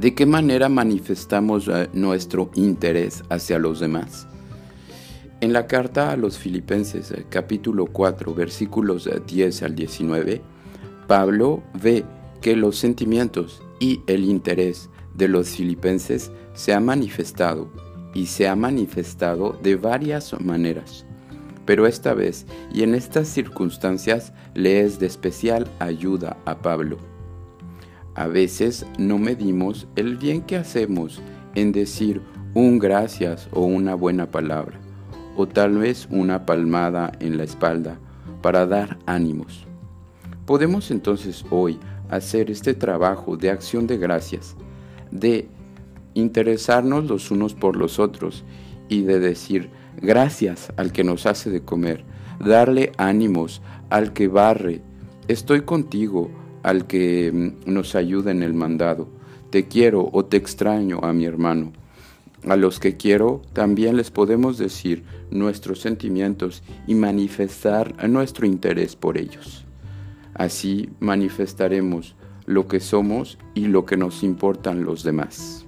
¿De qué manera manifestamos nuestro interés hacia los demás? En la carta a los Filipenses, capítulo 4, versículos 10 al 19, Pablo ve que los sentimientos y el interés de los filipenses se ha manifestado de varias maneras. Pero esta vez y en estas circunstancias le es de especial ayuda a Pablo. A veces no medimos el bien que hacemos en decir un gracias o una buena palabra, o tal vez una palmada en la espalda para dar ánimos. Podemos entonces hoy hacer este trabajo de acción de gracias, de interesarnos los unos por los otros y de decir gracias al que nos hace de comer, darle ánimos al que barre, estoy contigo al que nos ayuda en el mandado, te quiero o te extraño a mi hermano. A los que quiero también les podemos decir nuestros sentimientos y manifestar nuestro interés por ellos. Así manifestaremos lo que somos y lo que nos importan los demás.